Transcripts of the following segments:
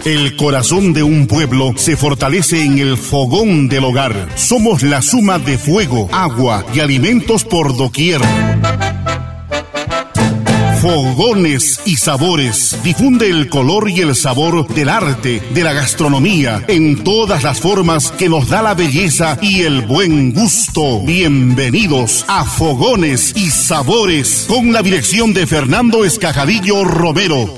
El corazón de un pueblo se fortalece en el fogón del hogar. Somos la suma de fuego, agua y alimentos por doquier. Fogones y sabores. Difunde el color y el sabor del arte, de la gastronomía, en todas las formas que nos da la belleza y el buen gusto. Bienvenidos a Fogones y Sabores, con la dirección de Fernando Escajadillo Romero.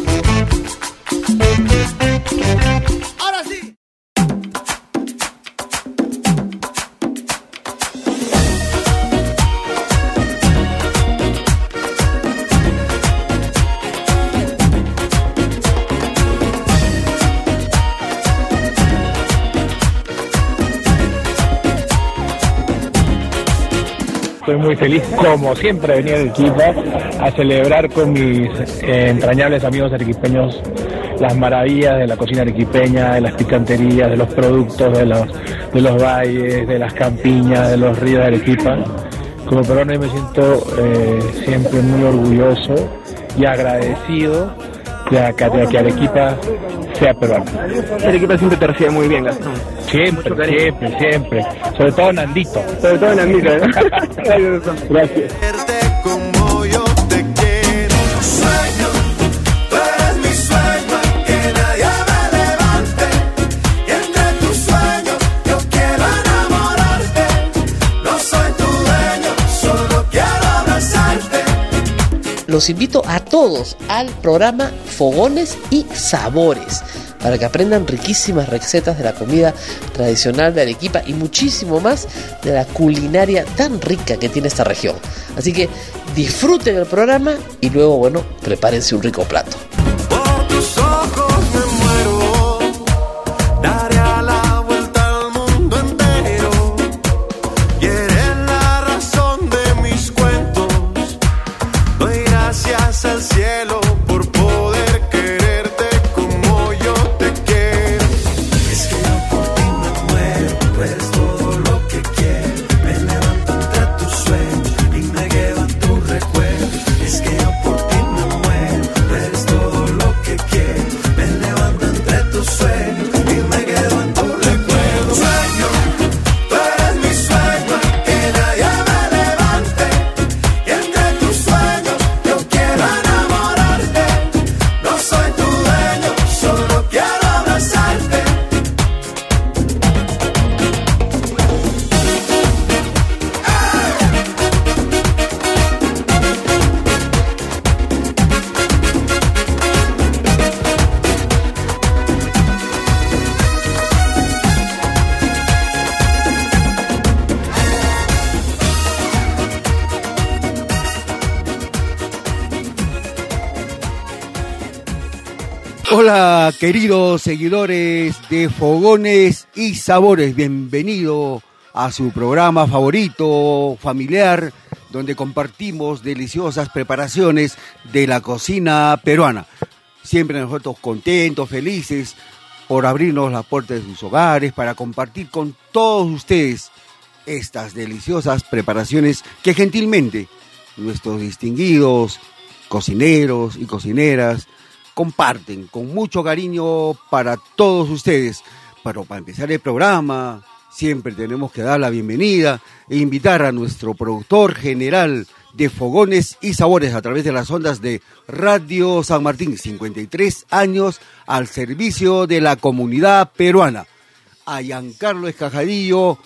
Estoy muy feliz, como siempre, de venir a Arequipa a celebrar con mis entrañables amigos arequipeños las maravillas de la cocina arequipeña, de las picanterías, de los productos, de los valles, de las campiñas, de los ríos de Arequipa. Como peruano me siento siempre muy orgulloso y agradecido de que Arequipa sea peruana. Arequipa siempre te recibe muy bien, Gastón. Siempre. Sobre todo Nandito. ¿No? Gracias. Como yo te quiero, sueño, tú eres mi sueño, que nadie me levante. Y entre tus sueños yo quiero enamorarte. No soy tu dueño, solo quiero abrazarte. Los invito a todos al programa Fogones y Sabores, para que aprendan riquísimas recetas de la comida tradicional de Arequipa y muchísimo más de la culinaria tan rica que tiene esta región. Así que disfruten el programa y luego, prepárense un rico plato. Por tus ojos me muero, daré a la vuelta al mundo entero. Y eres la razón de mis cuentos. Doy gracias al cielo por poder quererte como yo te quiero. Es que yo por ti me muero, tú eres todo lo que quiero. Me levanto entre tus sueños y me quedo en tu recuerdo. Es que yo por ti me muero, tú eres todo lo que quiero. Me levanto entre tus sueños y me quedo en tu recuerdo. Sueño, tú eres mi sueño, que nadie me levante. Y entre tus sueños yo quiero enamorarte. No soy tu dueño, solo quiero abrazarte. Hola, queridos seguidores de Fogones y Sabores, bienvenido a su programa favorito, familiar, donde compartimos deliciosas preparaciones de la cocina peruana. Siempre nosotros contentos, felices por abrirnos las puertas de sus hogares para compartir con todos ustedes estas deliciosas preparaciones que gentilmente nuestros distinguidos cocineros y cocineras comparten con mucho cariño para todos ustedes. Pero para empezar el programa, siempre tenemos que dar la bienvenida e invitar a nuestro productor general de Fogones y Sabores a través de las ondas de Radio San Martín, 53 años al servicio de la comunidad peruana, a Giancarlo Escajadillo,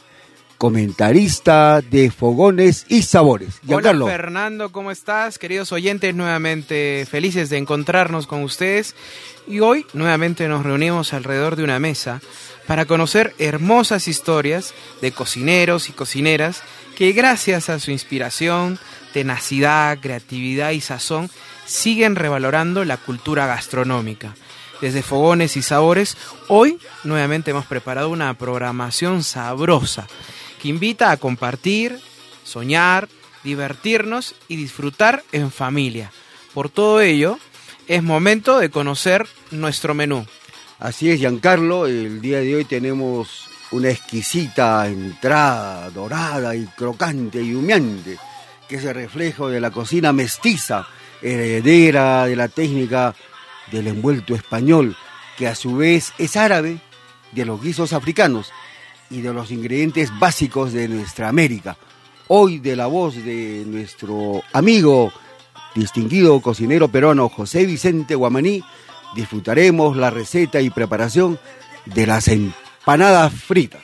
comentarista de Fogones y Sabores. Giancarlo. Hola Fernando, ¿cómo estás? Queridos oyentes, nuevamente felices de encontrarnos con ustedes. Y hoy nuevamente nos reunimos alrededor de una mesa para conocer hermosas historias de cocineros y cocineras que gracias a su inspiración, tenacidad, creatividad y sazón siguen revalorando la cultura gastronómica. Desde Fogones y Sabores, hoy nuevamente hemos preparado una programación sabrosa que invita a compartir, soñar, divertirnos y disfrutar en familia. Por todo ello, es momento de conocer nuestro menú. Así es, Giancarlo, el día de hoy tenemos una exquisita entrada dorada y crocante y humeante, que es el reflejo de la cocina mestiza, heredera de la técnica del envuelto español, que a su vez es árabe, de los guisos africanos y de los ingredientes básicos de nuestra América. Hoy, de la voz de nuestro amigo, distinguido cocinero peruano José Vicente Guamaní, disfrutaremos la receta y preparación de las empanadas fritas.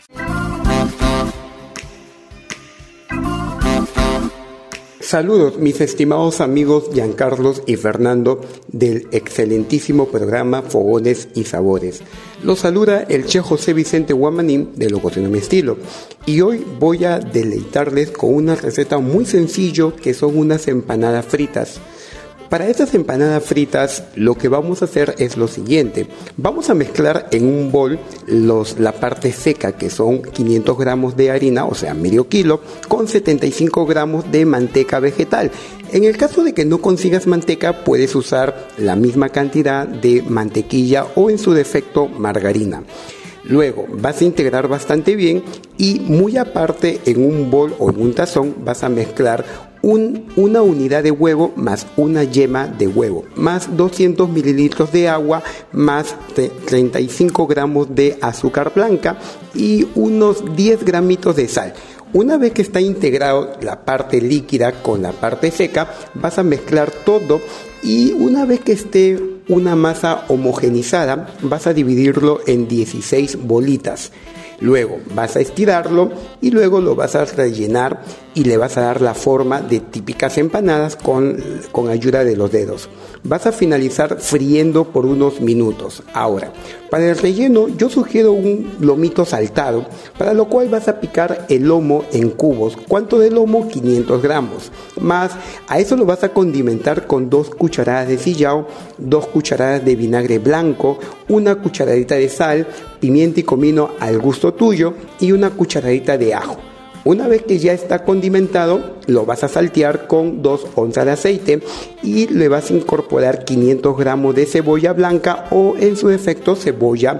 Saludos, mis estimados amigos Giancarlos y Fernando del excelentísimo programa Fogones y Sabores. Los saluda el chef José Vicente Guamaní de Lo Cocino a Mi Estilo. Y hoy voy a deleitarles con una receta muy sencillo que son unas empanadas fritas. Para estas empanadas fritas lo que vamos a hacer es lo siguiente. Vamos a mezclar en un bol la parte seca, que son 500 gramos de harina, o sea medio kilo, con 75 gramos de manteca vegetal. En el caso de que no consigas manteca, puedes usar la misma cantidad de mantequilla o en su defecto margarina. Luego vas a integrar bastante bien y muy aparte en un bol o en un tazón vas a mezclar una unidad de huevo más una yema de huevo, más 200 mililitros de agua, más 35 gramos de azúcar blanca y unos 10 gramitos de sal. Una vez que está integrado la parte líquida con la parte seca, vas a mezclar todo y una vez que esté una masa homogenizada, vas a dividirlo en 16 bolitas. Luego vas a estirarlo y luego lo vas a rellenar y le vas a dar la forma de típicas empanadas con ayuda de los dedos. Vas a finalizar friendo por unos minutos. Ahora, para el relleno yo sugiero un lomito saltado, para lo cual vas a picar el lomo en cubos. ¿Cuánto de lomo? 500 gramos. Más a eso lo vas a condimentar con 2 cucharadas de sillao, 2 cucharadas de vinagre blanco, una cucharadita de sal, pimienta y comino al gusto tuyo y una cucharadita de ajo. Una vez que ya está condimentado, lo vas a saltear con 2 onzas de aceite y le vas a incorporar 500 gramos de cebolla blanca o en su defecto cebolla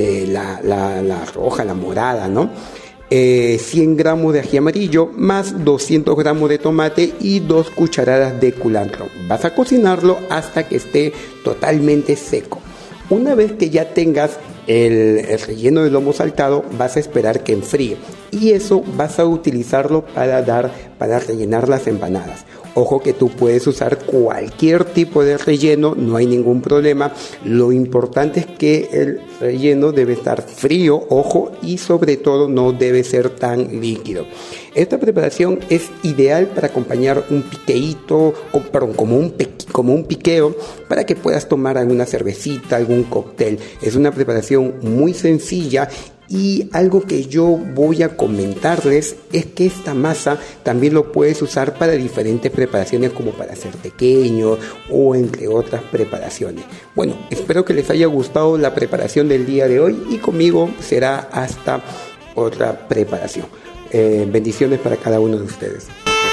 la roja, la morada, ¿no? 100 gramos de ají amarillo más 200 gramos de tomate y 2 cucharadas de culantro. Vas a cocinarlo hasta que esté totalmente seco. Una vez que ya tengas el relleno de lomo saltado, vas a esperar que enfríe y eso vas a utilizarlo para rellenar las empanadas. Ojo que tú puedes usar cualquier tipo de relleno, no hay ningún problema. Lo importante es que el relleno debe estar frío, ojo, y sobre todo no debe ser tan líquido. Esta preparación es ideal para acompañar un piqueíto, como un piqueo, para que puedas tomar alguna cervecita, algún cóctel. Es una preparación muy sencilla. Y algo que yo voy a comentarles es que esta masa también lo puedes usar para diferentes preparaciones, como para hacer pequeño o entre otras preparaciones. Bueno, espero que les haya gustado la preparación del día de hoy y conmigo será hasta otra preparación. Bendiciones para cada uno de ustedes.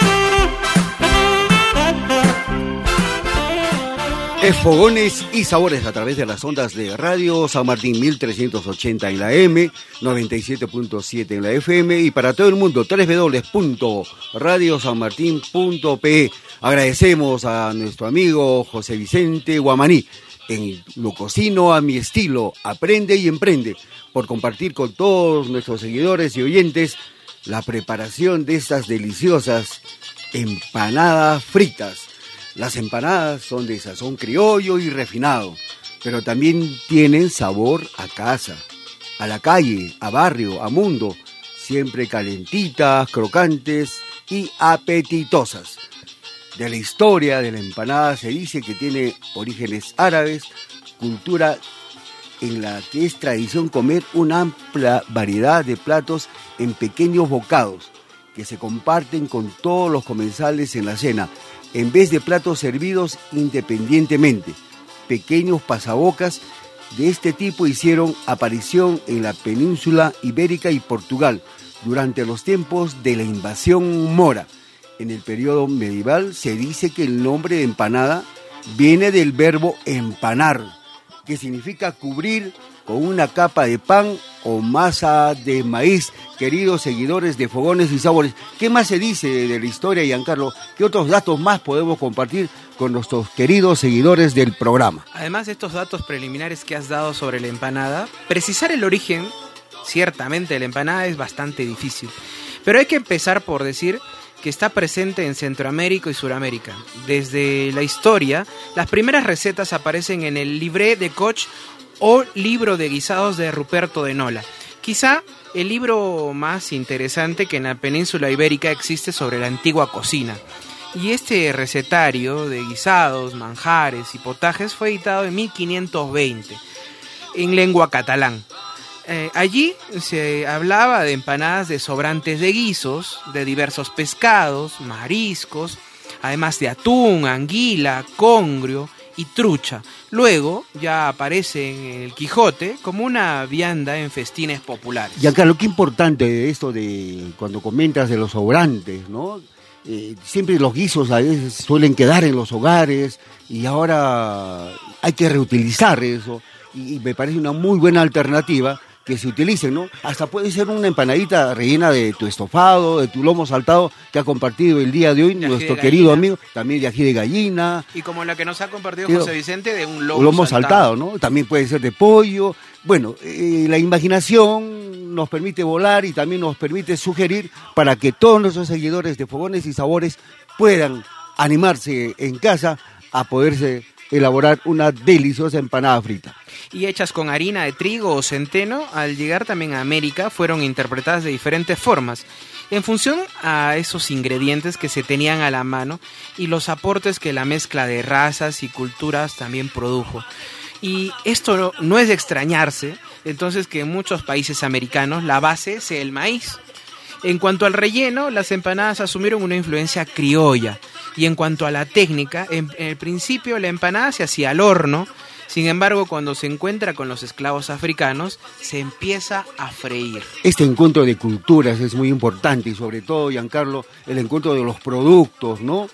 Es Fogones y Sabores a través de las ondas de Radio San Martín 1380 en la M, 97.7 en la FM y para todo el mundo www.radiosanmartin.pe. Agradecemos a nuestro amigo José Vicente Guamaní en Lo Cocino a Mi Estilo, aprende y emprende, por compartir con todos nuestros seguidores y oyentes la preparación de estas deliciosas empanadas fritas. Las empanadas son de sazón criollo y refinado, pero también tienen sabor a casa, a la calle, a barrio, a mundo, siempre calentitas, crocantes y apetitosas. De la historia de la empanada se dice que tiene orígenes árabes, cultura en la que es tradición comer una amplia variedad de platos en pequeños bocados que se comparten con todos los comensales en la cena, en vez de platos servidos independientemente. Pequeños pasabocas de este tipo hicieron aparición en la península ibérica y Portugal durante los tiempos de la invasión mora. En el periodo medieval se dice que el nombre de empanada viene del verbo empanar, que significa cubrir con una capa de pan o masa de maíz. Queridos seguidores de Fogones y Sabores, ¿qué más se dice de la historia, Giancarlo? ¿Qué otros datos más podemos compartir con nuestros queridos seguidores del programa. Además de estos datos preliminares que has dado sobre la empanada, precisar el origen, ciertamente, de la empanada es bastante difícil. Pero hay que empezar por decir que está presente en Centroamérica y Suramérica. Desde la historia, las primeras recetas aparecen en el Livret de Koch o Libro de Guisados de Ruperto de Nola. Quizá el libro más interesante que en la península ibérica existe sobre la antigua cocina. Y este recetario de guisados, manjares y potajes fue editado en 1520 en lengua catalán. Allí se hablaba de empanadas de sobrantes de guisos, de diversos pescados, mariscos, además de atún, anguila, congrio y trucha. Luego ya aparece en el Quijote como una vianda en festines populares. Giancarlo, qué importante esto de cuando comentas de los sobrantes, ¿no? Siempre los guisos a veces suelen quedar en los hogares y ahora hay que reutilizar eso y me parece una muy buena alternativa que se utilicen, ¿no? Hasta puede ser una empanadita rellena de tu estofado, de tu lomo saltado que ha compartido el día de hoy nuestro querido amigo, también de ají de gallina. Y como la que nos ha compartido José Vicente, de un lomo saltado, ¿no? También puede ser de pollo. Bueno, la imaginación nos permite volar y también nos permite sugerir para que todos nuestros seguidores de Fogones y Sabores puedan animarse en casa a poderse elaborar una deliciosa empanada frita. Y hechas con harina de trigo o centeno, al llegar también a América fueron interpretadas de diferentes formas, en función a esos ingredientes que se tenían a la mano y los aportes que la mezcla de razas y culturas también produjo. Y esto no es de extrañarse, entonces, que en muchos países americanos la base sea el maíz. En cuanto al relleno, las empanadas asumieron una influencia criolla. Y en cuanto a la técnica, en el principio la empanada se hacía al horno. Sin embargo, cuando se encuentra con los esclavos africanos, se empieza a freír. Este encuentro de culturas es muy importante y sobre todo, Giancarlo, el encuentro de los productos, ¿no?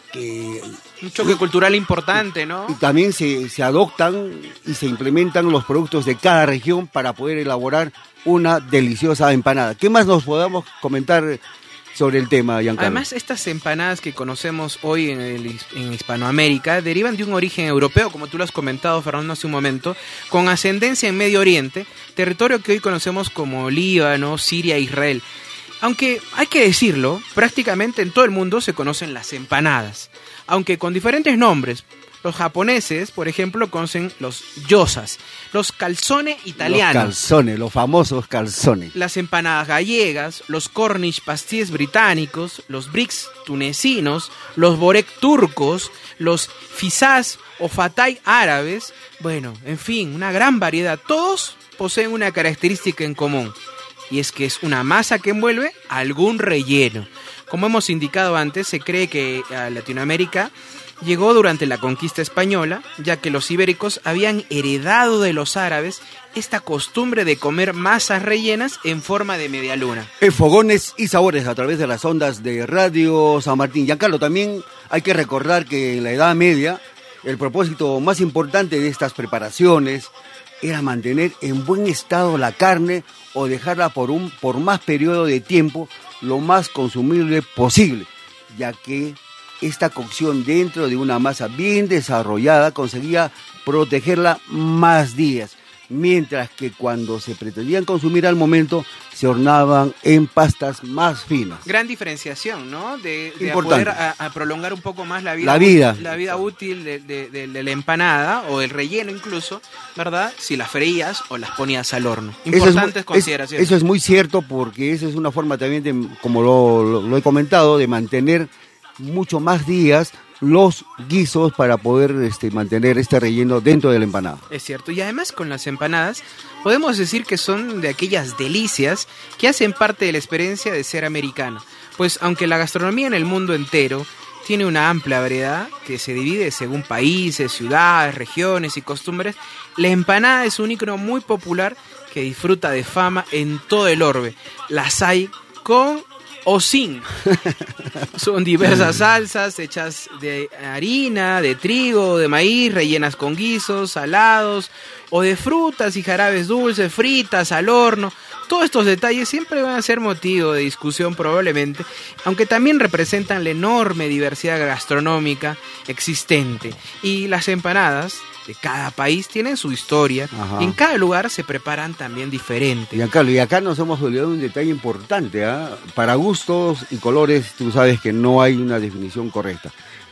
Un choque cultural importante, ¿no? Y también se adoptan y se implementan los productos de cada región para poder elaborar una deliciosa empanada. ¿Qué más nos podamos comentar sobre el tema, Giancarlo? Además, estas empanadas que conocemos hoy en Hispanoamérica derivan de un origen europeo, como tú lo has comentado, Fernando, hace un momento, con ascendencia en Medio Oriente, territorio que hoy conocemos como Líbano, Siria e Israel. Aunque hay que decirlo, prácticamente en todo el mundo se conocen las empanadas, aunque con diferentes nombres. Los japoneses, por ejemplo, conocen los gyozas, los calzones italianos. Los calzones, los famosos calzones. Las empanadas gallegas, los cornish pasties británicos, los bricks tunecinos, los borek turcos, los fizás o fatay árabes. Bueno, en fin, una gran variedad. Todos poseen una característica en común, y es que es una masa que envuelve algún relleno. Como hemos indicado antes, se cree que a Latinoamérica llegó durante la conquista española, ya que los ibéricos habían heredado de los árabes esta costumbre de comer masas rellenas en forma de media luna. Fogones y Sabores a través de las ondas de Radio San Martín. Giancarlo, también hay que recordar que en la Edad Media el propósito más importante de estas preparaciones era mantener en buen estado la carne o dejarla por más periodo de tiempo lo más consumible posible, ya que esta cocción dentro de una masa bien desarrollada conseguía protegerla más días, mientras que cuando se pretendían consumir al momento se horneaban en pastas más finas. Gran diferenciación, ¿no? De poder a prolongar un poco más la vida útil de la empanada o el relleno incluso, ¿verdad? Si las freías o las ponías al horno. Importantes consideraciones. Eso es muy cierto, porque esa es una forma también de, como lo he comentado, de mantener mucho más días los guisos para poder mantener este relleno dentro de la empanada. Es cierto, y además con las empanadas podemos decir que son de aquellas delicias que hacen parte de la experiencia de ser americano, pues aunque la gastronomía en el mundo entero tiene una amplia variedad que se divide según países, ciudades, regiones y costumbres, la empanada es un ícono muy popular que disfruta de fama en todo el orbe. Las hay con o sin. Son diversas salsas hechas de harina, de trigo, de maíz, rellenas con guisos, salados, o de frutas y jarabes dulces, fritas, al horno. Todos estos detalles siempre van a ser motivo de discusión probablemente, aunque también representan la enorme diversidad gastronómica existente. Y las empanadas de cada país tienen su historia. Ajá. Y en cada lugar se preparan también diferente. Giancarlo, y acá nos hemos olvidado un detalle importante, ¿ah? Para gustos y colores, tú sabes que no hay una definición correcta.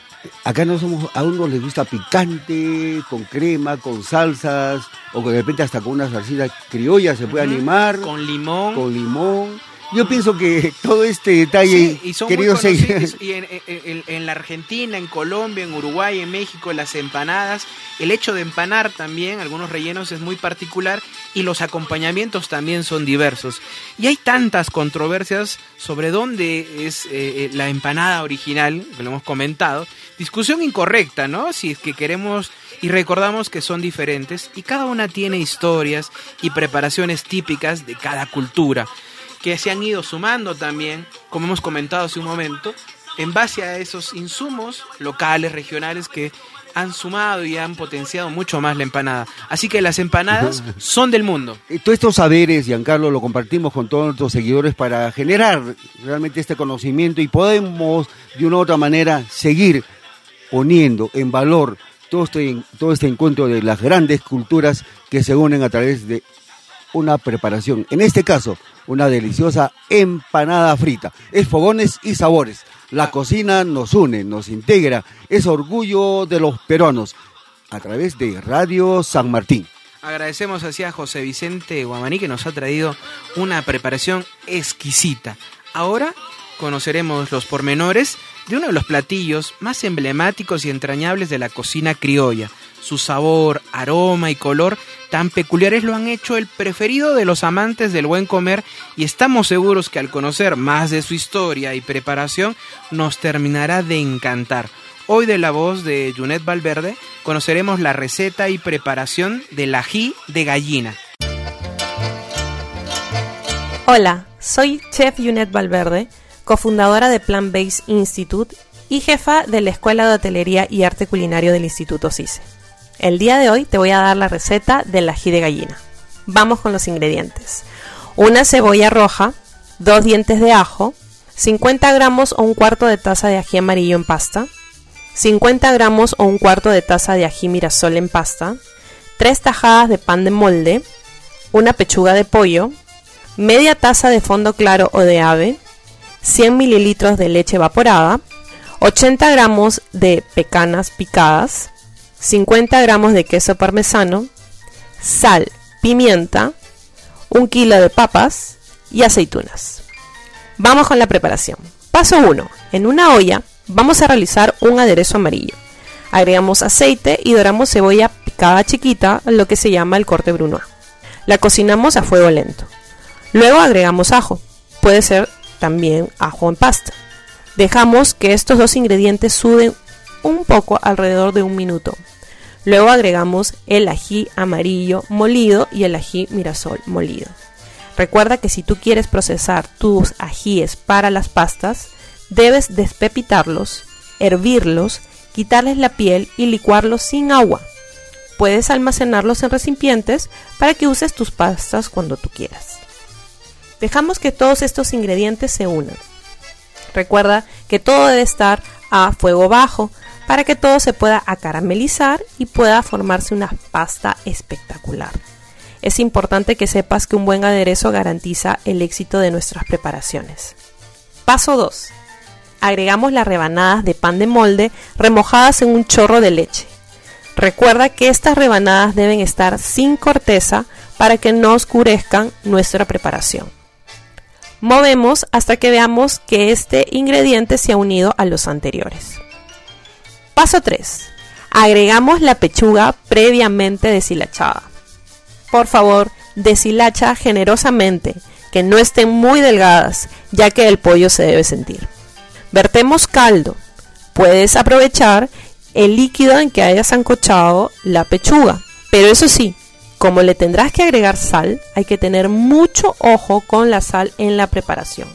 Acá a unos les gusta picante, con crema, con salsas, o de repente hasta con una salsita criolla se puede animar. Con limón. Con limón. Yo pienso que todo este detalle, Sí, y son querido muy conocidos. seguir. Y en la Argentina, en Colombia, en Uruguay, en México, las empanadas, el hecho de empanar también, algunos rellenos es muy particular y los acompañamientos también son diversos. Y hay tantas controversias sobre dónde es la empanada original, que lo hemos comentado. Discusión incorrecta, ¿no? Si es que queremos y recordamos que son diferentes y cada una tiene historias y preparaciones típicas de cada cultura, que se han ido sumando también, como hemos comentado hace un momento, en base a esos insumos locales, regionales, que han sumado y han potenciado mucho más la empanada. Así que las empanadas son del mundo. Todos estos saberes, Giancarlo, lo compartimos con todos nuestros seguidores para generar realmente este conocimiento y podemos de una u otra manera seguir poniendo en valor todo este encuentro de las grandes culturas que se unen a través de una preparación, en este caso, una deliciosa empanada frita. Es Fogones y Sabores. La cocina nos une, nos integra, es orgullo de los peruanos, a través de Radio San Martín. Agradecemos así a José Vicente Guamaní, que nos ha traído una preparación exquisita. Ahora conoceremos los pormenores de uno de los platillos más emblemáticos y entrañables de la cocina criolla. Su sabor, aroma y color tan peculiares lo han hecho el preferido de los amantes del buen comer, y estamos seguros que al conocer más de su historia y preparación nos terminará de encantar. Hoy, de la voz de Junet Valverde, conoceremos la receta y preparación del ají de gallina. Hola, soy Chef Junet Valverde, cofundadora de Plant Based Institute y jefa de la Escuela de Hotelería y Arte Culinario del Instituto CICE. El día de hoy te voy a dar la receta del ají de gallina. Vamos con los ingredientes. Una cebolla roja, 2 dientes de ajo, 50 gramos o un cuarto de taza de ají amarillo en pasta, 50 gramos o un cuarto de taza de ají mirasol en pasta, 3 tajadas de pan de molde, una pechuga de pollo, media taza de fondo claro o de ave, 100 mililitros de leche evaporada, 80 gramos de pecanas picadas, 50 gramos de queso parmesano, sal, pimienta, 1 kilo de papas y aceitunas. Vamos con la preparación. Paso 1. En una olla vamos a realizar un aderezo amarillo. Agregamos aceite y doramos cebolla picada chiquita, lo que se llama el corte brunoise. La cocinamos a fuego lento. Luego agregamos ajo. Puede ser también ajo en pasta. Dejamos que estos dos ingredientes suden un poco, alrededor de 1 minuto. Luego agregamos el ají amarillo molido y el ají mirasol molido. Recuerda que si tú quieres procesar tus ajíes para las pastas, debes despepitarlos, hervirlos, quitarles la piel y licuarlos sin agua. Puedes almacenarlos en recipientes para que uses tus pastas cuando tú quieras. Dejamos que todos estos ingredientes se unan. Recuerda que todo debe estar a fuego bajo para que todo se pueda acaramelizar y pueda formarse una pasta espectacular. Es importante que sepas que un buen aderezo garantiza el éxito de nuestras preparaciones. Paso 2. Agregamos las rebanadas de pan de molde remojadas en un chorro de leche. Recuerda que estas rebanadas deben estar sin corteza para que no oscurezcan nuestra preparación. Movemos hasta que veamos que este ingrediente se ha unido a los anteriores. Paso 3. Agregamos la pechuga previamente deshilachada. Por favor, deshilacha generosamente, que no estén muy delgadas, ya que el pollo se debe sentir. Vertemos caldo. Puedes aprovechar el líquido en que hayas sancochado la pechuga, pero eso sí, como le tendrás que agregar sal, hay que tener mucho ojo con la sal en la preparación.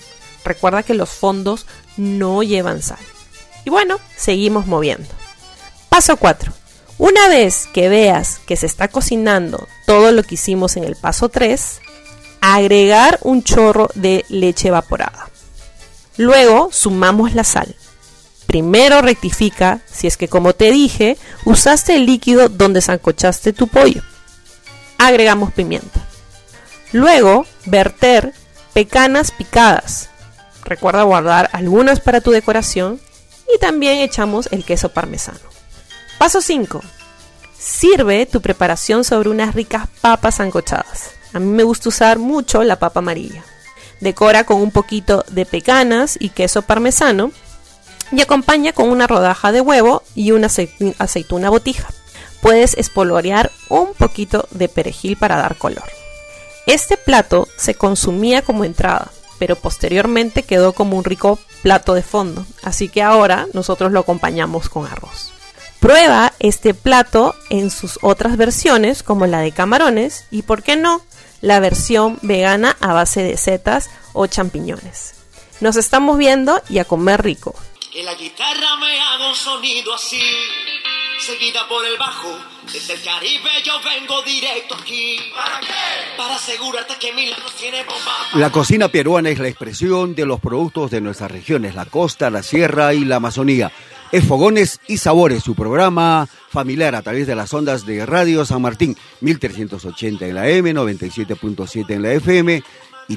Recuerda que los fondos no llevan sal. Y bueno, seguimos moviendo. Paso 4. Una vez que veas que se está cocinando todo lo que hicimos en el paso 3, agregar un chorro de leche evaporada. Luego sumamos la sal. Primero rectifica si es que, como te dije, usaste el líquido donde sancochaste tu pollo. Agregamos pimienta. Luego, verter pecanas picadas. Recuerda guardar algunas para tu decoración. Y también echamos el queso parmesano. Paso 5. Sirve tu preparación sobre unas ricas papas sancochadas. A mí me gusta usar mucho la papa amarilla. Decora con un poquito de pecanas y queso parmesano. Y acompaña con una rodaja de huevo y una aceituna botija. Puedes espolvorear un poquito de perejil para dar color. Este plato se consumía como entrada, pero posteriormente quedó como un rico plato de fondo, así que ahora nosotros lo acompañamos con arroz. Prueba este plato en sus otras versiones, como la de camarones y, ¿por qué no?, la versión vegana a base de setas o champiñones. Nos estamos viendo y a comer rico. Que la guitarra me haga un sonido así, seguida por el bajo. Desde el Caribe yo vengo directo aquí. ¿Para qué? Para asegurarte que Milagros tiene bomba. La cocina peruana es la expresión de los productos de nuestras regiones, la costa, la sierra y la Amazonía. Es Fogones y Sabores, su programa familiar a través de las ondas de Radio San Martín, 1380 en la M, 97.7 en la FM y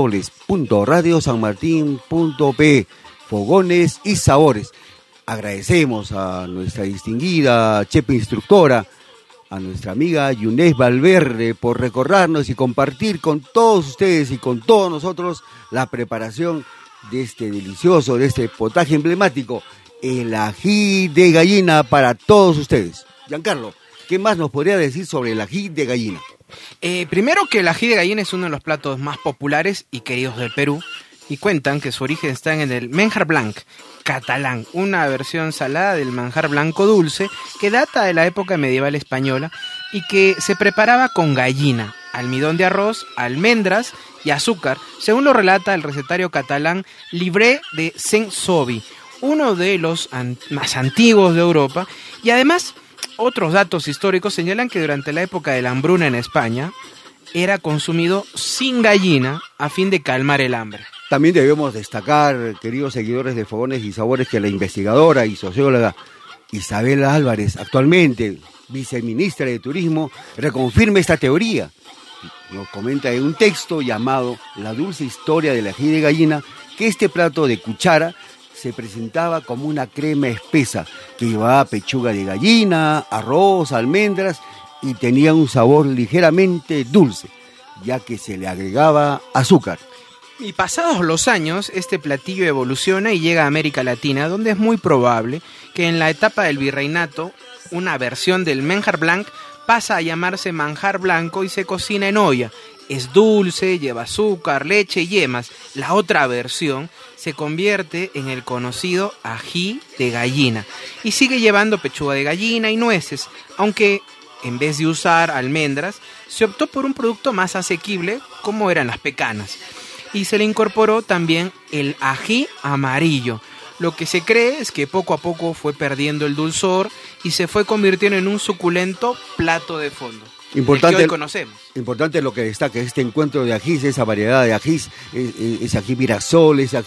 www.radiosanmartin.pe. Fogones y Sabores. Agradecemos a nuestra distinguida chef instructora, a nuestra amiga Yunes Valverde, por recordarnos y compartir con todos ustedes y con todos nosotros la preparación de este delicioso, de este potaje emblemático, el ají de gallina para todos ustedes. Giancarlo, ¿qué más nos podría decir sobre el ají de gallina? Primero, que el ají de gallina es uno de los platos más populares y queridos del Perú, y cuentan que su origen está en el manjar blanc catalán, una versión salada del manjar blanco dulce que data de la época medieval española y que se preparaba con gallina, almidón de arroz, almendras y azúcar, según lo relata el recetario catalán Livre de Saint-Sobi, uno de los más antiguos de Europa. Y además, otros datos históricos señalan que durante la época de la hambruna en España era consumido sin gallina a fin de calmar el hambre. También debemos destacar, queridos seguidores de Fogones y Sabores, que la investigadora y socióloga Isabela Álvarez, actualmente viceministra de Turismo, reconfirma esta teoría. Nos comenta en un texto llamado La dulce historia del ají de gallina que este plato de cuchara se presentaba como una crema espesa que llevaba pechuga de gallina, arroz, almendras y tenía un sabor ligeramente dulce, ya que se le agregaba azúcar. Y pasados los años, este platillo evoluciona y llega a América Latina, donde es muy probable que en la etapa del virreinato una versión del manjar blanc pasa a llamarse manjar blanco y se cocina en olla. Es dulce, lleva azúcar, leche y yemas. La otra versión se convierte en el conocido ají de gallina y sigue llevando pechuga de gallina y nueces, aunque en vez de usar almendras, se optó por un producto más asequible como eran las pecanas. Y se le incorporó también el ají amarillo. Lo que se cree es que poco a poco fue perdiendo el dulzor y se fue convirtiendo en un suculento plato de fondo. Importante, que hoy conocemos. Importante lo que destaca este encuentro de ajís, esa variedad de ajís, ese ají mirasol, es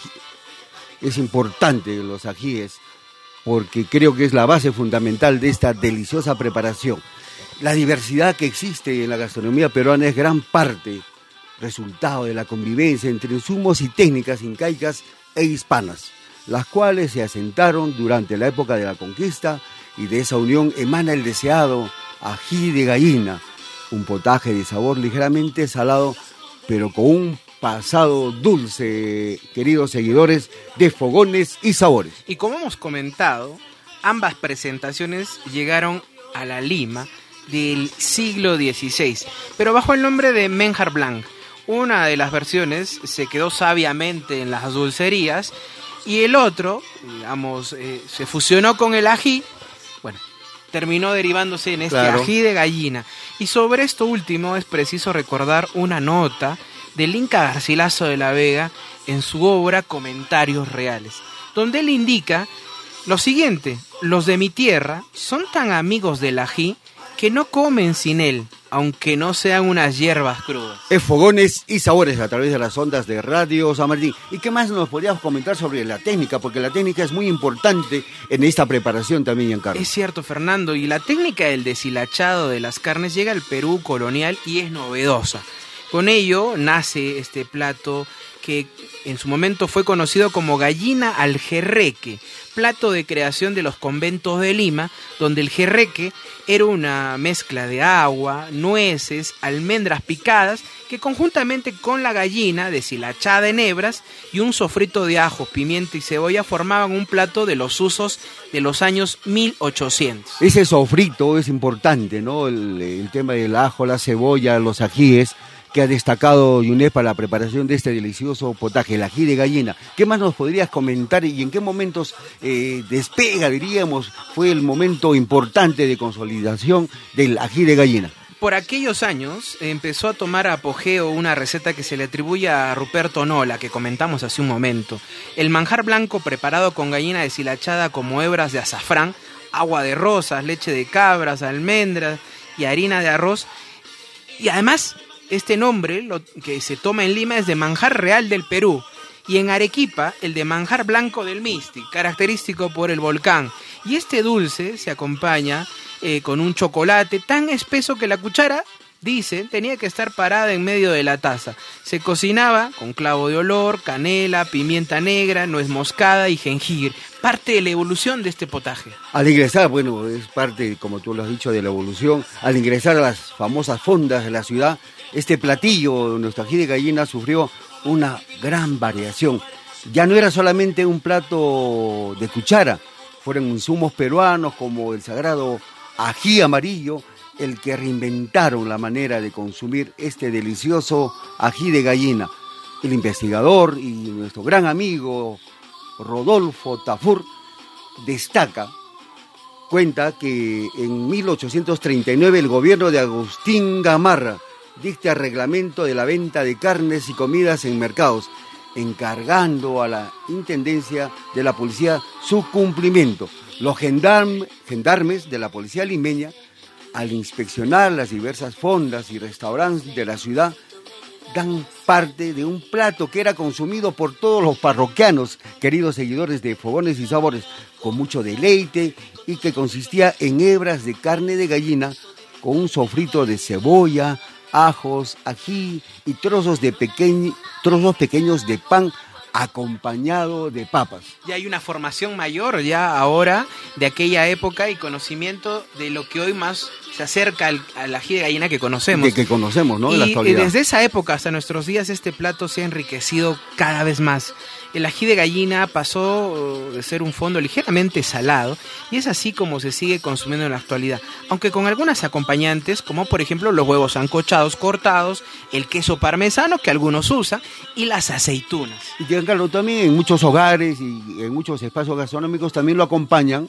importante los ajíes, porque creo que es la base fundamental de esta deliciosa preparación. La diversidad que existe en la gastronomía peruana es gran parte resultado de la convivencia entre insumos y técnicas incaicas e hispanas, las cuales se asentaron durante la época de la conquista, y de esa unión emana el deseado ají de gallina, un potaje de sabor ligeramente salado, pero con un pasado dulce, queridos seguidores de Fogones y Sabores. Y como hemos comentado, ambas presentaciones llegaron a la Lima del siglo XVI, pero bajo el nombre de manjar blanc. Una de las versiones se quedó sabiamente en las dulcerías y el otro, digamos, se fusionó con el ají. Bueno, terminó derivándose en este ají de gallina. Y sobre esto último es preciso recordar una nota del Inca Garcilaso de la Vega en su obra Comentarios Reales, donde él indica lo siguiente: los de mi tierra son tan amigos del ají que no comen sin él, aunque no sean unas hierbas crudas. Es Fogones y Sabores a través de las ondas de Radio San Martín. ¿Y qué más nos podrías comentar sobre la técnica? Porque la técnica es muy importante en esta preparación también, Giancarlo. Es cierto, Fernando, y la técnica del deshilachado de las carnes llega al Perú colonial y es novedosa. Con ello nace este plato que en su momento fue conocido como gallina al jerreque, plato de creación de los conventos de Lima, donde el jerreque era una mezcla de agua, nueces, almendras picadas, que conjuntamente con la gallina deshilachada en hebras y un sofrito de ajos, pimienta y cebolla formaban un plato de los usos de los años 1800. Ese sofrito es importante, ¿no? El tema del ajo, la cebolla, los ajíes, que ha destacado Yunet para la preparación de este delicioso potaje, el ají de gallina. ¿Qué más nos podrías comentar y en qué momentos despega, diríamos, fue el momento importante de consolidación del ají de gallina? Por aquellos años empezó a tomar apogeo una receta que se le atribuye a Ruperto Nola, que comentamos hace un momento. El manjar blanco preparado con gallina deshilachada como hebras de azafrán, agua de rosas, leche de cabras, almendras y harina de arroz. Y además, este nombre, lo que se toma en Lima, es de manjar real del Perú. Y en Arequipa, el de manjar blanco del Misti, característico por el volcán. Y este dulce se acompaña con un chocolate tan espeso que la cuchara, dice, tenía que estar parada en medio de la taza. Se cocinaba con clavo de olor, canela, pimienta negra, nuez moscada y jengibre. Parte de la evolución de este potaje. Al ingresar, bueno, es parte, como tú lo has dicho, de la evolución. Al ingresar a las famosas fondas de la ciudad, este platillo, nuestro ají de gallina, sufrió una gran variación. Ya no era solamente un plato de cuchara, fueron insumos peruanos como el sagrado ají amarillo, el que reinventaron la manera de consumir este delicioso ají de gallina. El investigador y nuestro gran amigo Rodolfo Tafur cuenta que en 1839 el gobierno de Agustín Gamarra dicta reglamento de la venta de carnes y comidas en mercados, encargando a la Intendencia de la Policía su cumplimiento. Los gendarmes de la Policía limeña, al inspeccionar las diversas fondas y restaurantes de la ciudad, dan parte de un plato que era consumido por todos los parroquianos, queridos seguidores de Fogones y Sabores, con mucho deleite, y que consistía en hebras de carne de gallina con un sofrito de cebolla, ajos, ají y trozos pequeños de pan acompañado de papas. Ya hay una formación mayor ya ahora de aquella época y conocimiento de lo que hoy más se acerca al ají de gallina que conocemos. De que conocemos, ¿no? Y, de la actualidad. Desde esa época hasta nuestros días este plato se ha enriquecido cada vez más. El ají de gallina pasó de ser un fondo ligeramente salado y es así como se sigue consumiendo en la actualidad, aunque con algunas acompañantes como por ejemplo los huevos sancochados cortados, el queso parmesano que algunos usan y las aceitunas. Y Giancarlo, también en muchos hogares y en muchos espacios gastronómicos también lo acompañan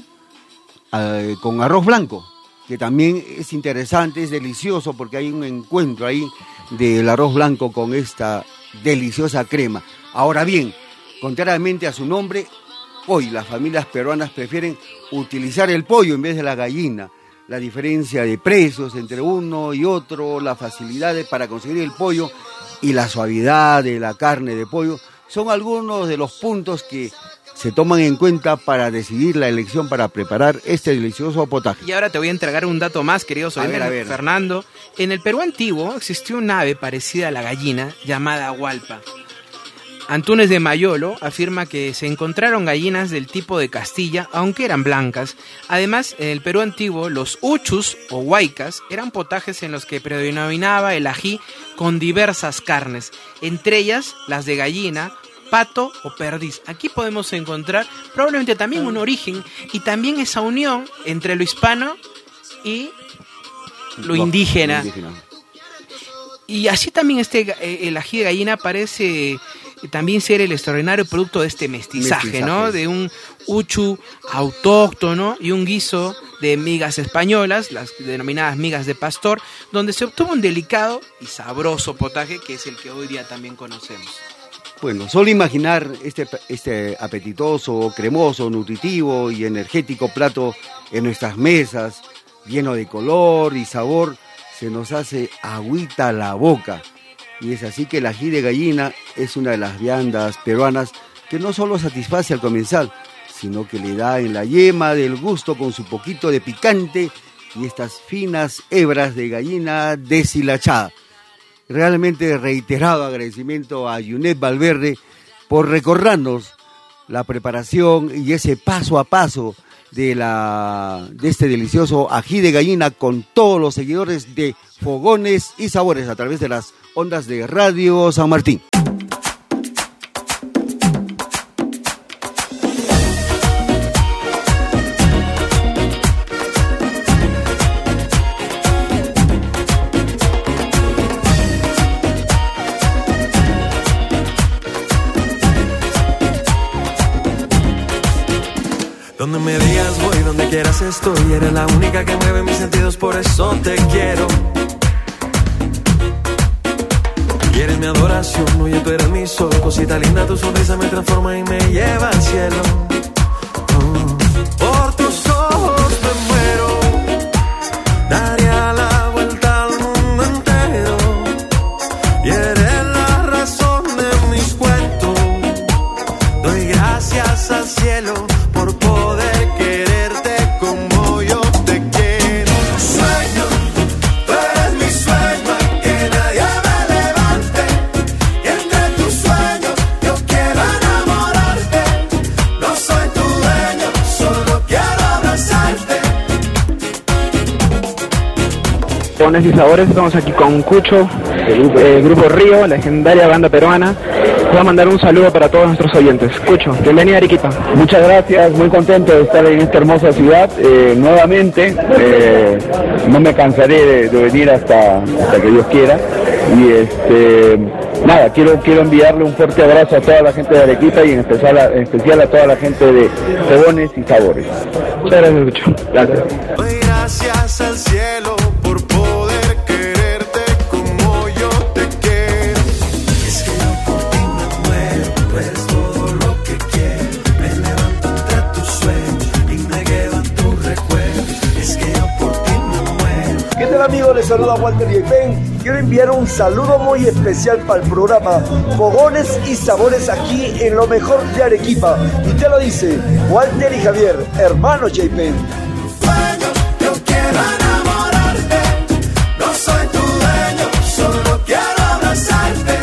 con arroz blanco, que también es interesante, es delicioso porque hay un encuentro ahí del arroz blanco con esta deliciosa crema. Ahora bien, contrariamente a su nombre, hoy las familias peruanas prefieren utilizar el pollo en vez de la gallina. La diferencia de precios entre uno y otro, la facilidad para conseguir el pollo y la suavidad de la carne de pollo son algunos de los puntos que se toman en cuenta para decidir la elección para preparar este delicioso potaje. Y ahora te voy a entregar un dato más, querido Fernando. En el Perú antiguo existió un ave parecida a la gallina llamada hualpa. Antúnez de Mayolo afirma que se encontraron gallinas del tipo de Castilla, aunque eran blancas. Además, en el Perú antiguo, los uchus o huaycas eran potajes en los que predominaba el ají con diversas carnes, entre ellas las de gallina, pato o perdiz. Aquí podemos encontrar probablemente también un origen y también esa unión entre lo hispano y lo indígena. Y así también el ají de gallina aparece también ser el extraordinario producto de este mestizaje, ¿no? De un uchu autóctono y un guiso de migas españolas, las denominadas migas de pastor, donde se obtuvo un delicado y sabroso potaje que es el que hoy día también conocemos. Bueno, solo imaginar este apetitoso, cremoso, nutritivo y energético plato en nuestras mesas, lleno de color y sabor, se nos hace agüita a la boca. Y es así que el ají de gallina es una de las viandas peruanas que no solo satisface al comensal, sino que le da en la yema del gusto con su poquito de picante y estas finas hebras de gallina deshilachada. Realmente reiterado agradecimiento a Yunet Valverde por recordarnos la preparación y ese paso a paso de este delicioso ají de gallina con todos los seguidores de Fogones y Sabores a través de las ondas de Radio San Martín. Donde me digas voy, donde quieras estoy. Eres la única que mueve mis sentidos, por eso te quiero. Y eres mi adoración, oye, tú eres mi sol. Cosita linda, tu sonrisa me transforma y me lleva al cielo. Por tus ojos me muero. Daría la vuelta al mundo entero. Y eres la razón de mis cuentos. Doy gracias al cielo por poder quererte como yo te quiero. Sueño, tú eres mi sueño, que nadie me levante. Y entre tus sueños yo quiero enamorarte. No soy tu dueño, solo quiero abrazarte. Fogones y Sabores, estamos aquí con Cucho, el Grupo Río, legendaria banda peruana. Voy a mandar un saludo para todos nuestros oyentes. Cucho, bienvenido a Arequipa. Muchas gracias, muy contento de estar en esta hermosa ciudad nuevamente. No me cansaré de venir hasta que Dios quiera. Y nada, quiero enviarle un fuerte abrazo a toda la gente de Arequipa y en especial a toda la gente de Fogones y Sabores. Muchas gracias, Cucho. Gracias. Doy gracias al cielo por poder quererte como yo te quiero. Es que yo por ti me muero, tú eres todo lo que quiero. Me levanto entre tus sueños y me quedo en tus recuerdos. Es que yo por ti me muero. ¿Qué tal, amigos? Les saluda Walter Yepen. Quiero enviar un saludo muy especial para el programa Fogones y Sabores aquí en lo mejor de Arequipa. Y te lo dice Walter y Javier, hermanos Yepen. Yo quiero enamorarte, no soy tu dueño, solo quiero abrazarte.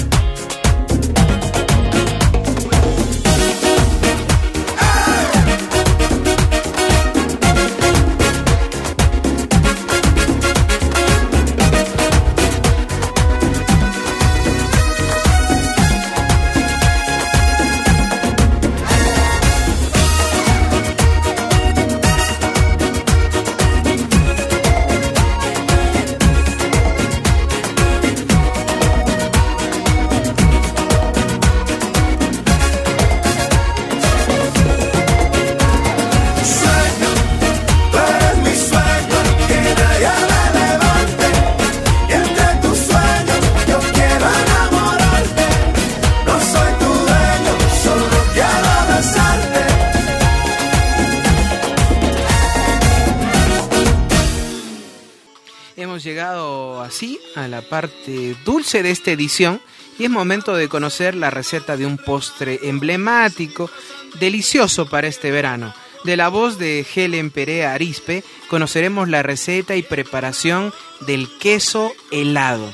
Hemos llegado así a la parte dulce de esta edición y es momento de conocer la receta de un postre emblemático, delicioso para este verano. De la voz de Helen Perea Arispe conoceremos la receta y preparación del queso helado.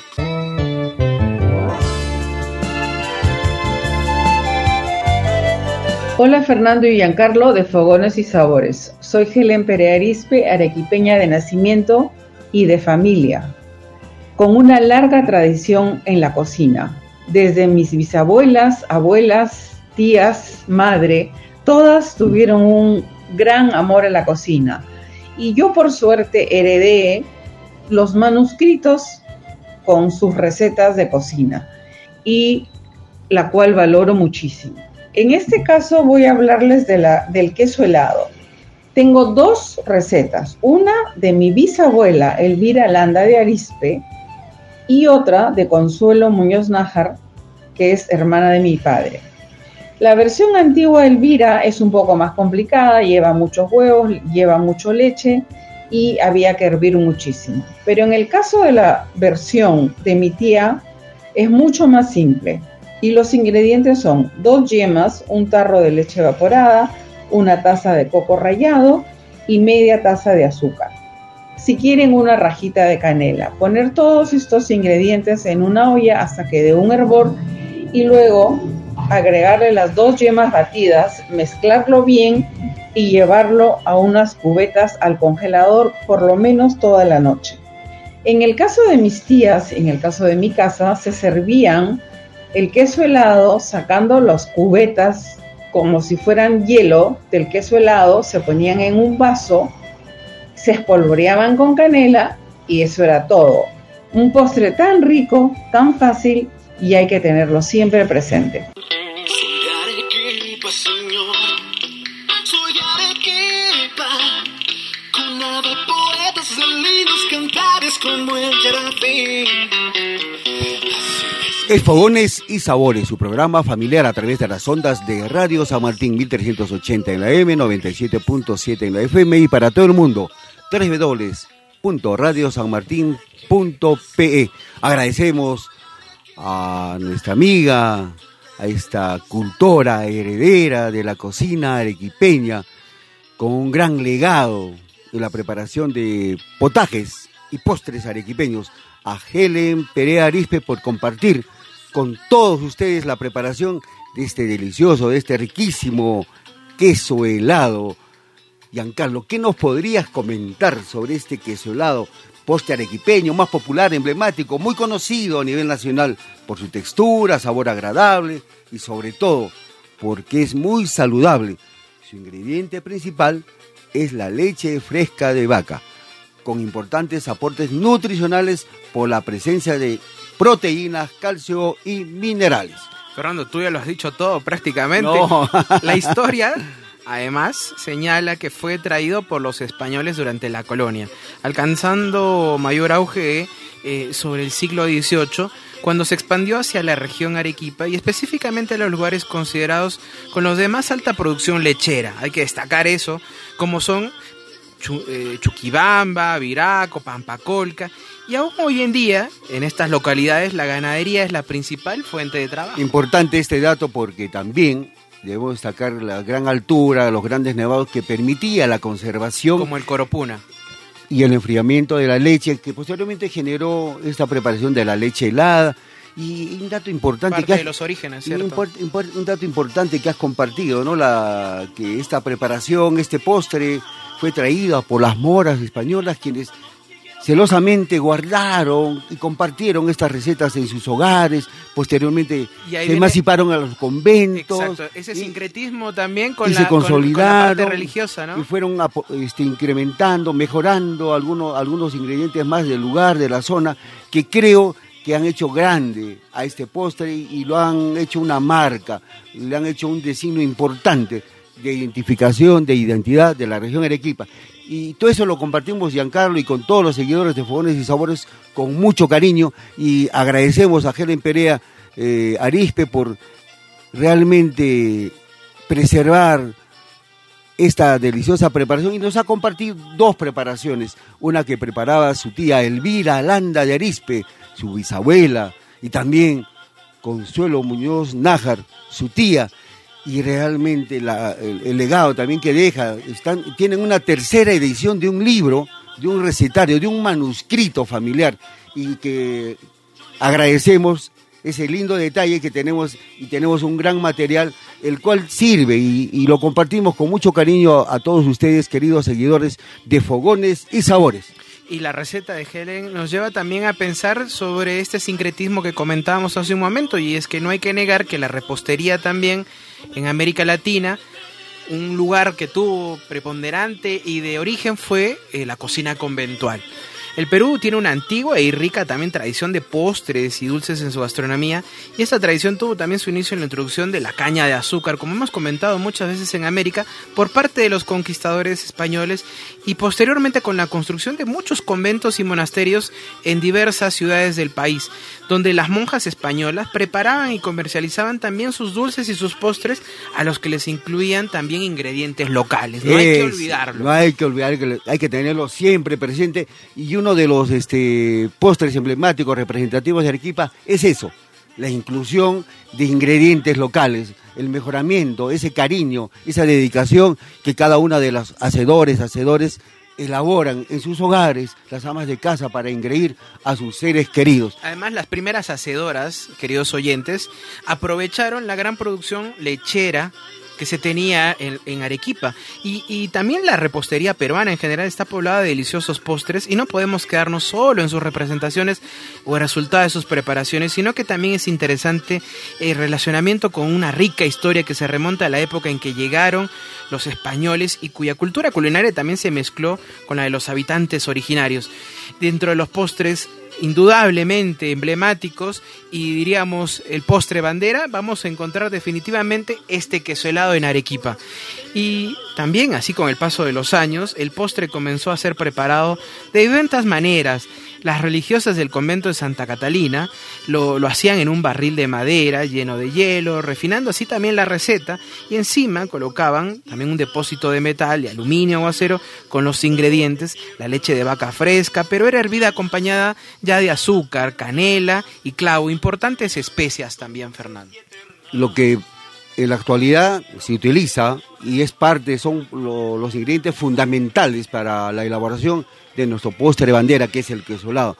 Hola Fernando y Giancarlo de Fogones y Sabores. Soy Helen Perea Arispe, arequipeña de nacimiento y de familia, con una larga tradición en la cocina. Desde mis bisabuelas, abuelas, tías, madre, todas tuvieron un gran amor a la cocina. Y yo por suerte heredé los manuscritos con sus recetas de cocina. Y la cual valoro muchísimo. En este caso voy a hablarles del queso helado. Tengo 2 recetas, una de mi bisabuela Elvira Landa de Arizpe y otra de Consuelo Muñoz Nájar, que es hermana de mi padre. La versión antigua de Elvira es un poco más complicada, lleva muchos huevos, lleva mucho leche y había que hervir muchísimo. Pero en el caso de la versión de mi tía es mucho más simple y los ingredientes son 2 yemas, un tarro de leche evaporada, una taza de coco rallado y media taza de azúcar. Si quieren, una rajita de canela. Poner todos estos ingredientes en una olla hasta que dé un hervor y luego agregarle las 2 yemas batidas, mezclarlo bien y llevarlo a unas cubetas al congelador por lo menos toda la noche. En el caso de mis tías, en el caso de mi casa, se servían el queso helado sacando las cubetas como si fueran hielo del queso helado, se ponían en un vaso, se espolvoreaban con canela y eso era todo. Un postre tan rico, tan fácil y hay que tenerlo siempre presente. Soy Arequipa, señor. Soy Arequipa, cuna de poetas, de lindos cantares como el Yarafín. Es Fogones y Sabores, su programa familiar a través de las ondas de Radio San Martín 1380 en la M, 97.7 en la FM y para todo el mundo, www.radiosanmartin.pe. Agradecemos a nuestra amiga, a esta cultora heredera de la cocina arequipeña, con un gran legado de la preparación de potajes y postres arequipeños, a Helen Perea Arizpe por compartir con todos ustedes la preparación de este delicioso, de este riquísimo queso helado. Giancarlo, ¿qué nos podrías comentar sobre este queso helado, postre arequipeño, más popular, emblemático, muy conocido a nivel nacional por su textura, sabor agradable y sobre todo porque es muy saludable? Su ingrediente principal es la leche fresca de vaca, con importantes aportes nutricionales por la presencia de proteínas, calcio y minerales. Fernando, tú ya lo has dicho todo prácticamente. No. La historia, además, señala que fue traído por los españoles durante la colonia, alcanzando mayor auge sobre el siglo XVIII, cuando se expandió hacia la región Arequipa y específicamente a los lugares considerados con los de más alta producción lechera. Hay que destacar eso, como son Chuquibamba, Viraco, Pampacolca, y aún hoy en día en estas localidades la ganadería es la principal fuente de trabajo. Importante este dato porque también debemos destacar la gran altura, los grandes nevados que permitía la conservación, como el Coropuna, y el enfriamiento de la leche, que posteriormente generó esta preparación de la leche helada. Y un dato importante parte de los orígenes, ¿cierto? Un dato importante que has compartido, ¿no? Que esta preparación, este postre, fue traída por las moras españolas, quienes celosamente guardaron y compartieron estas recetas en sus hogares. Posteriormente se emanciparon a los conventos. Exacto, ese sincretismo también con se consolidaron, con la parte religiosa, ¿no? Y fueron incrementando, mejorando algunos ingredientes más del lugar, de la zona, que creo que han hecho grande a este postre y lo han hecho una marca, le han hecho un designio importante de identificación, de identidad de la región Arequipa. Y todo eso lo compartimos, Giancarlo, y con todos los seguidores de Fogones y Sabores con mucho cariño, y agradecemos a Helen Perea Arizpe por realmente preservar esta deliciosa preparación, y nos ha compartido 2 preparaciones, una que preparaba su tía Elvira Landa de Arizpe, su bisabuela, y también Consuelo Muñoz Nájar, su tía, y realmente el legado también que deja. Tienen una tercera edición de un libro, de un recetario, de un manuscrito familiar, y que agradecemos ese lindo detalle que tenemos, y tenemos un gran material, el cual sirve y lo compartimos con mucho cariño a todos ustedes, queridos seguidores de Fogones y Sabores. Y la receta de Helen nos lleva también a pensar sobre este sincretismo que comentábamos hace un momento, y es que no hay que negar que la repostería también en América Latina, un lugar que tuvo preponderante y de origen fue la cocina conventual. El Perú tiene una antigua y rica también tradición de postres y dulces en su gastronomía, y esta tradición tuvo también su inicio en la introducción de la caña de azúcar, como hemos comentado muchas veces en América, por parte de los conquistadores españoles, y posteriormente con la construcción de muchos conventos y monasterios en diversas ciudades del país, donde las monjas españolas preparaban y comercializaban también sus dulces y sus postres, a los que les incluían también ingredientes locales. No hay que olvidarlo. No hay que olvidar, hay que tenerlo siempre presente, y uno de los postres emblemáticos representativos de Arequipa es eso, la inclusión de ingredientes locales, el mejoramiento, ese cariño, esa dedicación que cada una de las hacedores elaboran en sus hogares, las amas de casa, para engreír a sus seres queridos. Además, las primeras hacedoras, queridos oyentes, aprovecharon la gran producción lechera que se tenía en Arequipa, y también la repostería peruana en general está poblada de deliciosos postres, y no podemos quedarnos solo en sus representaciones o el resultado de sus preparaciones, sino que también es interesante el relacionamiento con una rica historia que se remonta a la época en que llegaron los españoles y cuya cultura culinaria también se mezcló con la de los habitantes originarios. Dentro de los postres indudablemente emblemáticos, y diríamos el postre bandera, vamos a encontrar definitivamente este queso helado en Arequipa. Y también, así con el paso de los años, el postre comenzó a ser preparado de diferentes maneras. Las religiosas del convento de Santa Catalina lo hacían en un barril de madera lleno de hielo, refinando así también la receta, y encima colocaban también un depósito de metal, de aluminio o acero, con los ingredientes, la leche de vaca fresca, pero era hervida acompañada ya de azúcar, canela y clavo, importantes especias también, Fernando. Lo que en la actualidad se utiliza y es parte, son los ingredientes fundamentales para la elaboración de nuestro postre bandera, que es el queso helado.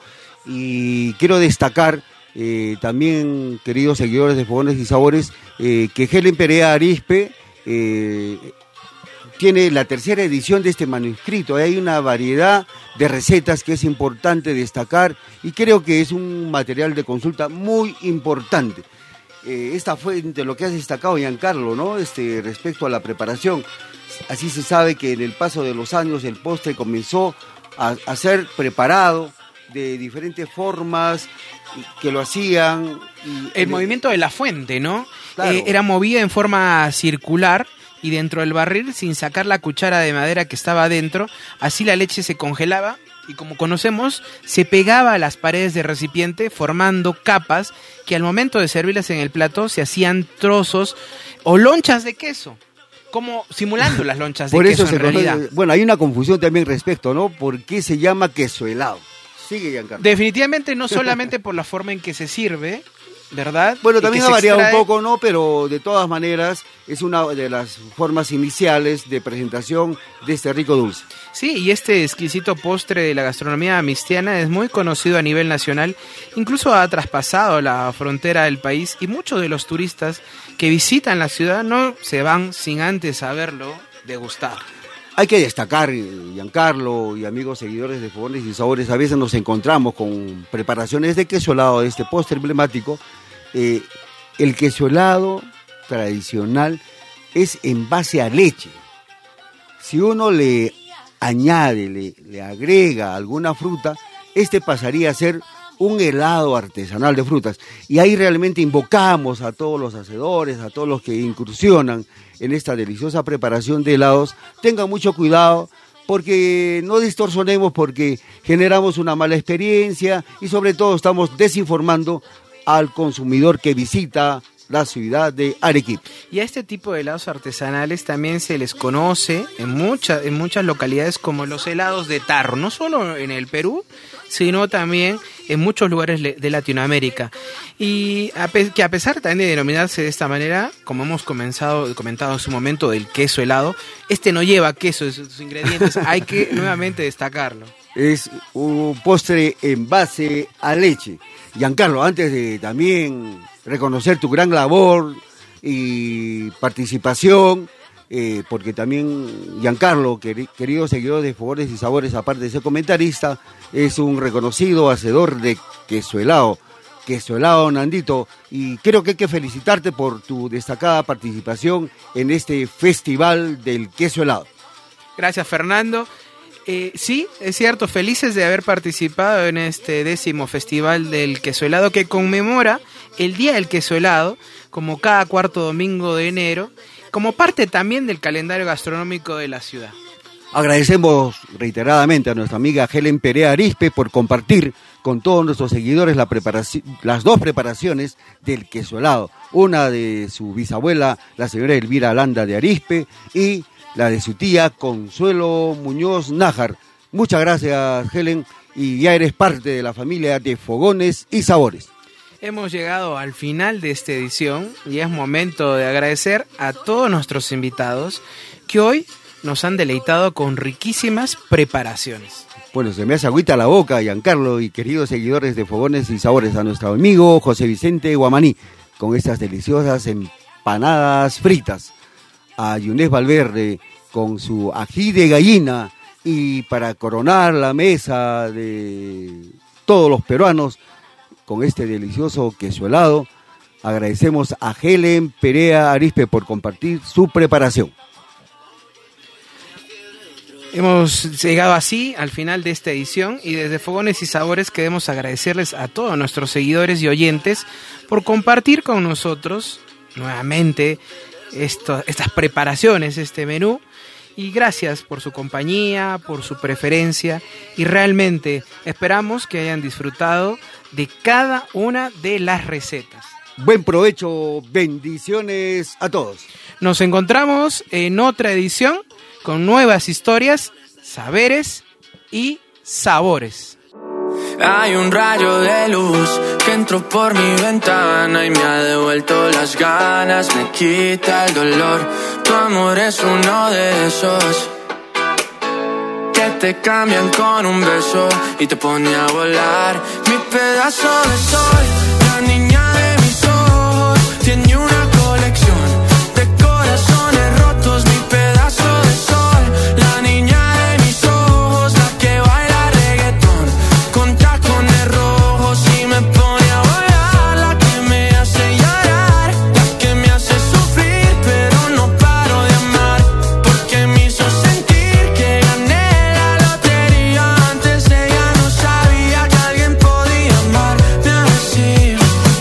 Y quiero destacar también, queridos seguidores de Fogones y Sabores, que Helen Perea Arispe tiene la tercera edición de este manuscrito. Hay una variedad de recetas que es importante destacar, y creo que es un material de consulta muy importante. Esta fuente, lo que has destacado, Giancarlo, ¿no? Respecto a la preparación, así se sabe que en el paso de los años el postre comenzó a ser preparado de diferentes formas que lo hacían. El movimiento de la fuente, ¿no? Claro. Era movida en forma circular y dentro del barril, sin sacar la cuchara de madera que estaba adentro, así la leche se congelaba y, como conocemos, se pegaba a las paredes del recipiente formando capas que al momento de servirlas en el plato se hacían trozos o lonchas de queso, como simulando las lonchas de Por queso eso en realidad. Bueno, hay una confusión también respecto, ¿no? ¿Por qué se llama queso helado? Sigue, Giancarlo. Definitivamente no solamente por la forma en que se sirve, ¿verdad? Bueno, también ha se variado extrae un poco, ¿no? Pero de todas maneras es una de las formas iniciales de presentación de este rico dulce. Sí, y este exquisito postre de la gastronomía amistiana es muy conocido a nivel nacional, incluso ha traspasado la frontera del país, y muchos de los turistas que visitan la ciudad no se van sin antes haberlo degustado. Hay que destacar, Giancarlo y amigos seguidores de Fogones y Sabores, a veces nos encontramos con preparaciones de queso helado, de este postre emblemático. El queso helado tradicional es en base a leche. Si uno le añade, le agrega alguna fruta, pasaría a ser un helado artesanal de frutas. Y ahí realmente invocamos a todos los hacedores, a todos los que incursionan en esta deliciosa preparación de helados, tengan mucho cuidado, porque no distorsionemos, porque generamos una mala experiencia y sobre todo estamos desinformando al consumidor que visita la ciudad de Arequipa. Y a este tipo de helados artesanales también se les conoce en muchas localidades como los helados de tarro, no solo en el Perú, sino también en muchos lugares de Latinoamérica. Y que a pesar también de denominarse de esta manera, como hemos comentado en su momento del queso helado, no lleva queso en sus ingredientes, hay que nuevamente destacarlo. Es un postre en base a leche. Giancarlo, antes de también reconocer tu gran labor y participación, porque también Giancarlo, querido seguidor de Fogones y Sabores, aparte de ser comentarista, es un reconocido hacedor de queso helado, Nandito, y creo que hay que felicitarte por tu destacada participación en este festival del queso helado. Gracias, Fernando. Sí, es cierto, felices de haber participado en este 10º Festival del Queso Helado, que conmemora el Día del Queso Helado, como cada cuarto domingo de enero, como parte también del calendario gastronómico de la ciudad. Agradecemos reiteradamente a nuestra amiga Helen Perea Arispe por compartir con todos nuestros seguidores las dos preparaciones del queso helado. Una de su bisabuela, la señora Elvira Landa de Arispe, y la de su tía Consuelo Muñoz Nájar. Muchas gracias, Helen, y ya eres parte de la familia de Fogones y Sabores. Hemos llegado al final de esta edición y es momento de agradecer a todos nuestros invitados que hoy nos han deleitado con riquísimas preparaciones. Bueno, se me hace agüita la boca, Giancarlo, y queridos seguidores de Fogones y Sabores, a nuestro amigo José Vicente Guamaní, con estas deliciosas empanadas fritas, a Yunes Valverde con su ají de gallina, y para coronar la mesa de todos los peruanos con este delicioso queso helado, agradecemos a Helen Perea Arispe por compartir su preparación. Hemos llegado así al final de esta edición y desde Fogones y Sabores queremos agradecerles a todos nuestros seguidores y oyentes por compartir con nosotros nuevamente estas preparaciones, este menú, y gracias por su compañía, por su preferencia, y realmente esperamos que hayan disfrutado de cada una de las recetas. Buen provecho, bendiciones a todos. Nos encontramos en otra edición con nuevas historias, saberes y sabores. Hay un rayo de luz que entró por mi ventana y me ha devuelto las ganas, me quita el dolor. Tu amor es uno de esos que te cambian con un beso y te pone a volar. Mi pedazo de sol, la niña de mis ojos, tiene una colección de corazones rotos. Mi pedazo de sol, la niña de mis ojos, la que baila reggaetón con tacones rojos y me pone a volar. La que me hace llorar, la que me hace sufrir, pero no paro de amar, porque me hizo sentir que gané la lotería. Antes ella no sabía que alguien podía amarme así.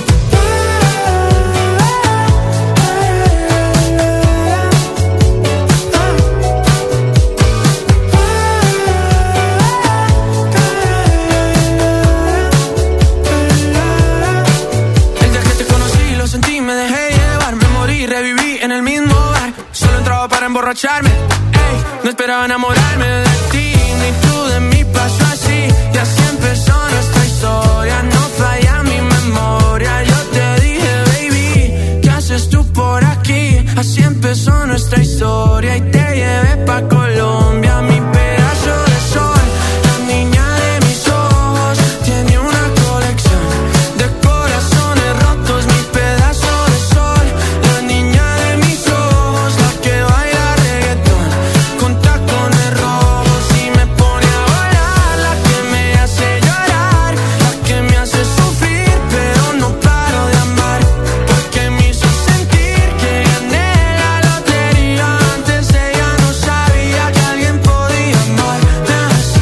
El día que te conocí lo sentí, me dejé llevar, me morí, reviví en el mismo bar. Solo entraba para emborracharme, ey, no esperaba enamorarme de ti, ni tú de mí. Pasó así y así empezó nuestra historia. No falla mi memoria. Yo te dije, baby, ¿qué haces tú por aquí? Así empezó nuestra historia y te llevé pa' Colombia. Mi pedazo de sol, la niña de mis ojos, tiene una colección de corazones rotos. Mi pedazo de sol, la niña de mis ojos, la que baila reggaetón con tacones rojos y me pone a volar. La que me hace llorar, la que me hace sufrir, pero no paro de amar, porque me hizo sentir que gané la lotería. Antes ella no sabía que alguien podía amarme así.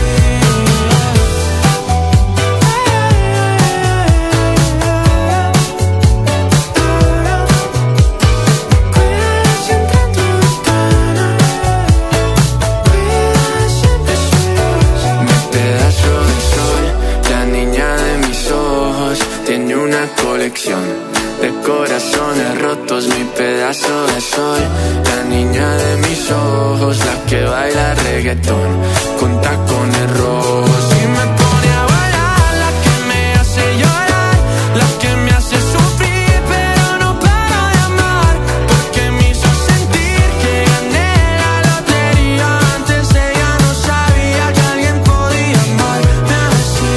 Mi pedazo de sol, la niña de mis ojos, tiene una colección de corazones rotos. Mi pedazo de sol, la niña de mis ojos, la que baila reggaetón con tacones rojos y me pone a bailar. La que me hace llorar, la que me hace sufrir, pero no paro de amar, porque me hizo sentir que gané la lotería. Antes ella no sabía que alguien podía amarme así.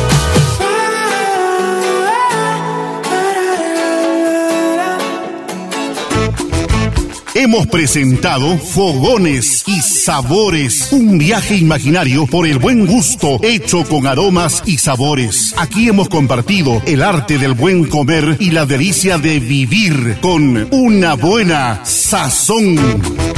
Hemos presentado Fogones y Sabores, un viaje imaginario por el buen gusto hecho con aromas y sabores. Aquí hemos compartido el arte del buen comer y la delicia de vivir con una buena sazón.